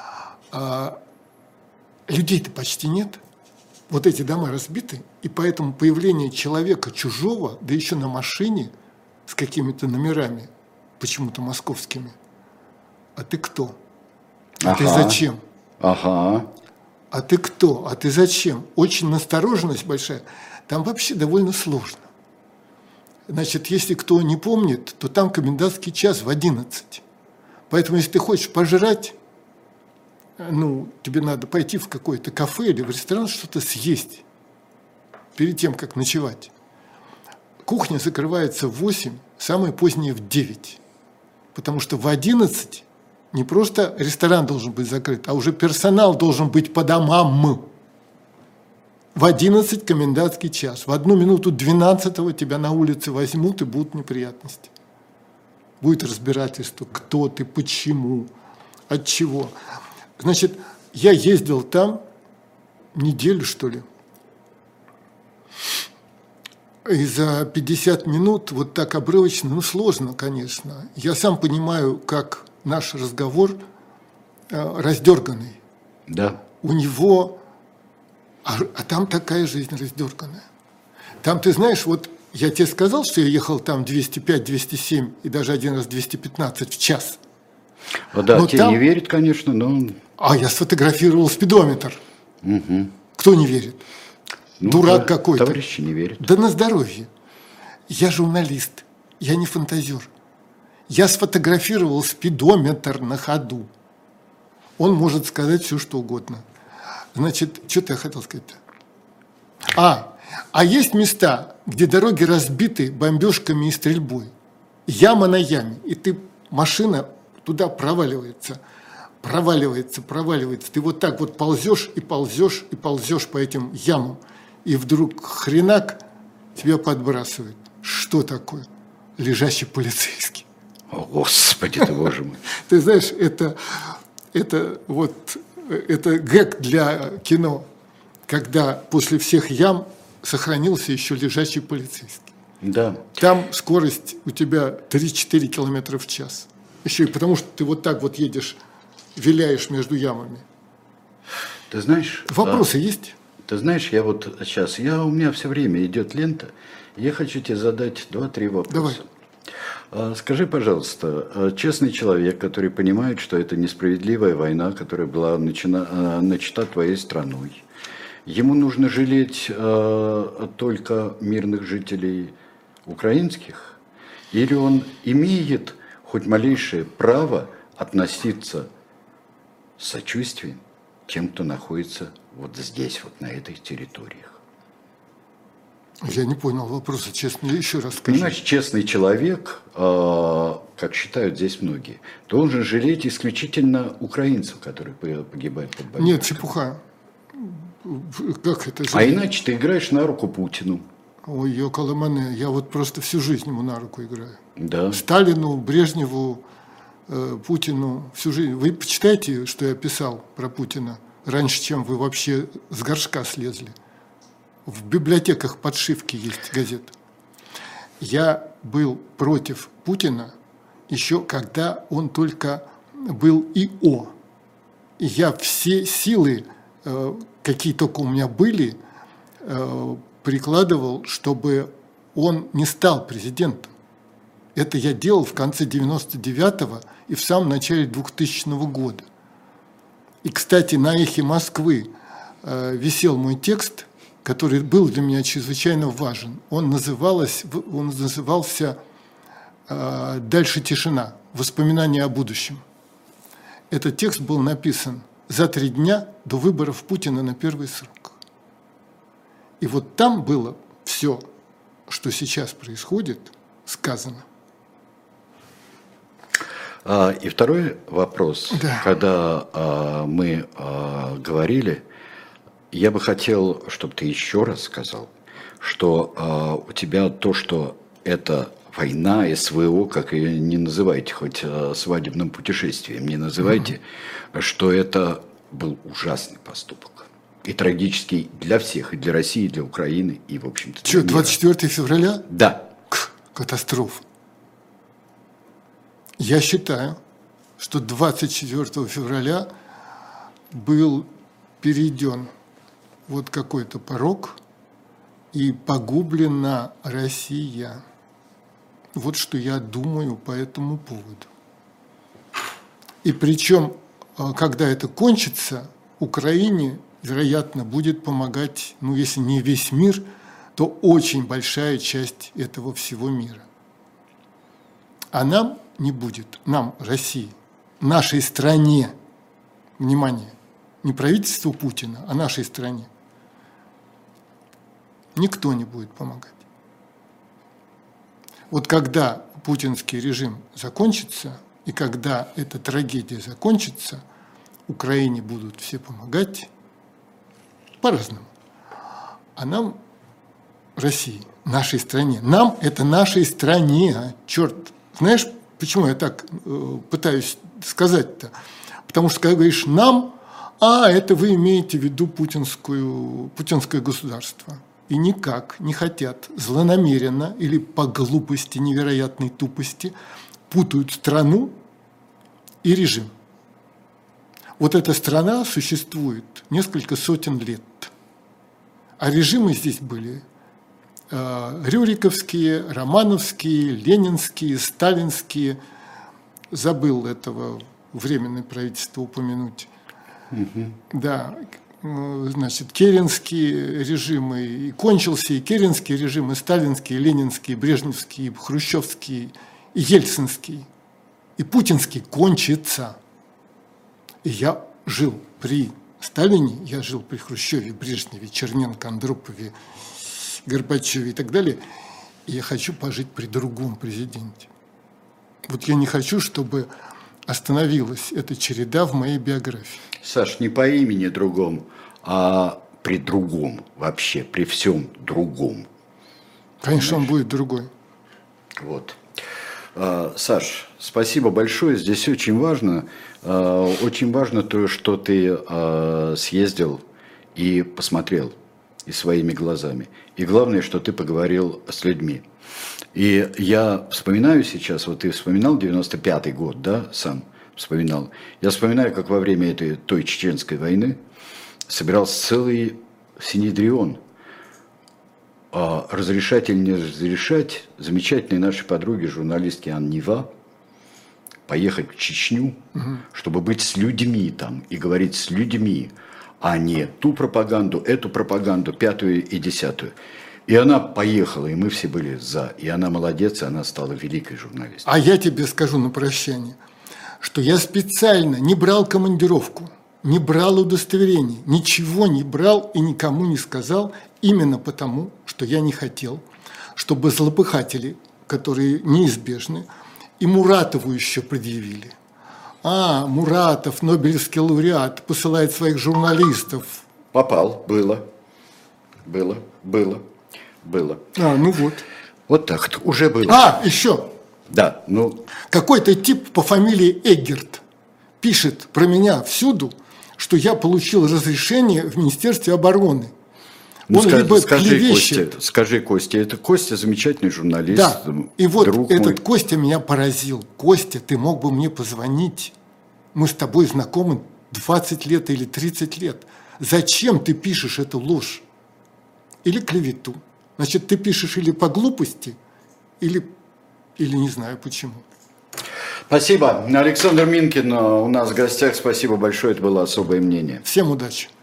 людей-то почти нет? Вот эти дома разбиты, и поэтому появление человека чужого, да еще на машине с какими-то номерами, почему-то московскими. А ты кто? А ты зачем? Ага. А ты кто? А ты зачем? Очень настороженность большая. Там вообще довольно сложно. Значит, если кто не помнит, то там комендантский час в 11. Поэтому, если ты хочешь пожрать, тебе надо пойти в какое-то кафе или в ресторан что-то съесть перед тем, как ночевать. Кухня закрывается в 8, самое позднее в 9. Потому что в 11 не просто ресторан должен быть закрыт, а уже персонал должен быть по домам. В 11 комендантский час. В 1 минуту 12 тебя на улице возьмут, и будут неприятности. Будет разбирательство, кто ты, почему, от чего. Значит, я ездил там неделю, что ли. И за 50 минут вот так обрывочно, ну, сложно, конечно. Я сам понимаю, как наш разговор раздерганный. Да. У него... А там такая жизнь раздерганная. Там, ты знаешь, вот я тебе сказал, что я ехал там 205, 207 и даже один раз 215 в час. Да, но тебе там... не верит, конечно, но... А я сфотографировал спидометр. Угу. Кто не верит? Ну, Дурак да, какой-то. Товарищи не верят. Да на здоровье. Я журналист, я не фантазер. Я сфотографировал спидометр на ходу. Он может сказать все, что угодно. Значит, что-то я хотел сказать-то. А есть места, где дороги разбиты бомбежками и стрельбой. Яма на яме. И машина туда проваливается. Ты вот так вот ползешь и ползешь и ползешь по этим ямам. И вдруг хренак тебя подбрасывает. Что такое? Лежащий полицейский. О, Господи ты, Боже мой. Ты знаешь, это гэг для кино, когда после всех ям сохранился еще лежачий полицейский. Да. Там скорость у тебя 3-4 километра в час. Еще и потому, что ты вот так вот едешь, виляешь между ямами. Ты знаешь... Вопросы есть? Ты знаешь, я вот сейчас... У меня все время идет лента. Я хочу тебе задать 2-3 вопроса. Давай. Скажи, пожалуйста, честный человек, который понимает, что это несправедливая война, которая была начата твоей страной, ему нужно жалеть только мирных жителей украинских? Или он имеет хоть малейшее право относиться с сочувствием к тем, кто находится вот здесь, вот на этой территории? Я не понял вопроса, честно, еще раз скажи. Понимаешь, честный человек, как считают здесь многие, должен жалеть исключительно украинцев, которые погибают под бомбежками. Нет, чепуха. Как это? А иначе ты играешь на руку Путину. Ой, Йокаламане, я вот просто всю жизнь ему на руку играю. Да. Сталину, Брежневу, Путину, всю жизнь. Вы почитайте, что я писал про Путина, раньше, чем вы вообще с горшка слезли. В библиотеках подшивки есть газет. Я был против Путина еще когда он только был ИО. И я все силы, какие только у меня были, прикладывал, чтобы он не стал президентом. Это я делал в конце 99-го и в самом начале 2000 года. И, кстати, на «Эхе Москвы» висел мой текст, который был для меня чрезвычайно важен. Он назывался «Дальше тишина. Воспоминания о будущем». Этот текст был написан за 3 дня до выборов Путина на первый срок. И вот там было все, что сейчас происходит, сказано. И второй вопрос. Да. Когда мы говорили, я бы хотел, чтобы ты еще раз сказал, что у тебя то, что это война, СВО, как ее не называйте, хоть свадебным путешествием не называйте, что это был ужасный поступок. И трагический для всех, и для России, и для Украины, и, в общем-то, для Что, мира. 24 февраля? Да. Катастрофа. Я считаю, что 24 февраля был перейден вот какой-то порог и погублена Россия. Вот что я думаю по этому поводу. И причем, когда это кончится, Украине, вероятно, будет помогать, ну, если не весь мир, то очень большая часть этого всего мира. А нам не будет, нам, России, нашей стране, внимание, не правительству Путина, а нашей стране, никто не будет помогать. Вот когда путинский режим закончится, и когда эта трагедия закончится, Украине будут все помогать по-разному. А нам, России, нашей стране, нам это нашей стране, черт, знаешь, почему я так пытаюсь сказать-то? Потому что, когда говоришь «нам», это вы имеете в виду путинское государство. и никак не хотят злонамеренно или по глупости, невероятной тупости путают страну и режим. Вот эта страна существует несколько сотен лет, а режимы здесь были рюриковские, романовские, ленинские, сталинские. Забыл этого временное правительство упомянуть. Да, значит, керенские режимы, и кончился и керенский режим, и сталинский, и ленинский, и брежневский, и хрущевский, и ельцинский, и путинский кончится. И я жил при Сталине, я жил при Хрущеве, Брежневе, Черненко, Андропове, Горбачеве и так далее. И я хочу пожить при другом президенте. Вот я не хочу, чтобы остановилась эта череда в моей биографии. Саш, не по имени другом, а при другом вообще, при всем другом. Конечно, он будет другой. Вот. Саш, спасибо большое. Здесь очень важно то, что ты съездил и посмотрел и своими глазами. И главное, что ты поговорил с людьми. И я вспоминаю сейчас, вот ты вспоминал 95-й год, да, сам вспоминал. Я вспоминаю, как во время той чеченской войны собирался целый синедрион. Разрешать или не разрешать замечательной нашей подруге, журналистке Анне Нева, поехать в Чечню, чтобы быть с людьми там и говорить с людьми, а не ту пропаганду, эту пропаганду, пятую и десятую. И она поехала, и мы все были за. И она молодец, и она стала великой журналисткой. А я тебе скажу на прощание, что я специально не брал командировку, не брал удостоверений, ничего не брал и никому не сказал, именно потому, что я не хотел, чтобы злопыхатели, которые неизбежны, и Муратову еще предъявили. Муратов, Нобелевский лауреат, посылает своих журналистов. Попал, было. Ну вот. Вот так, уже было. Еще. Да, ну. Какой-то тип по фамилии Эггерт пишет про меня всюду, что я получил разрешение в Министерстве обороны. Он скажи, Костя, это Костя замечательный журналист. Да, и вот этот мой. Костя меня поразил. Костя, ты мог бы мне позвонить? Мы с тобой знакомы 20 лет или 30 лет. Зачем ты пишешь эту ложь? Или клевету? Значит, ты пишешь или по глупости, или не знаю почему. Спасибо. Александр Минкин у нас в гостях. Спасибо большое, это было особое мнение. Всем удачи.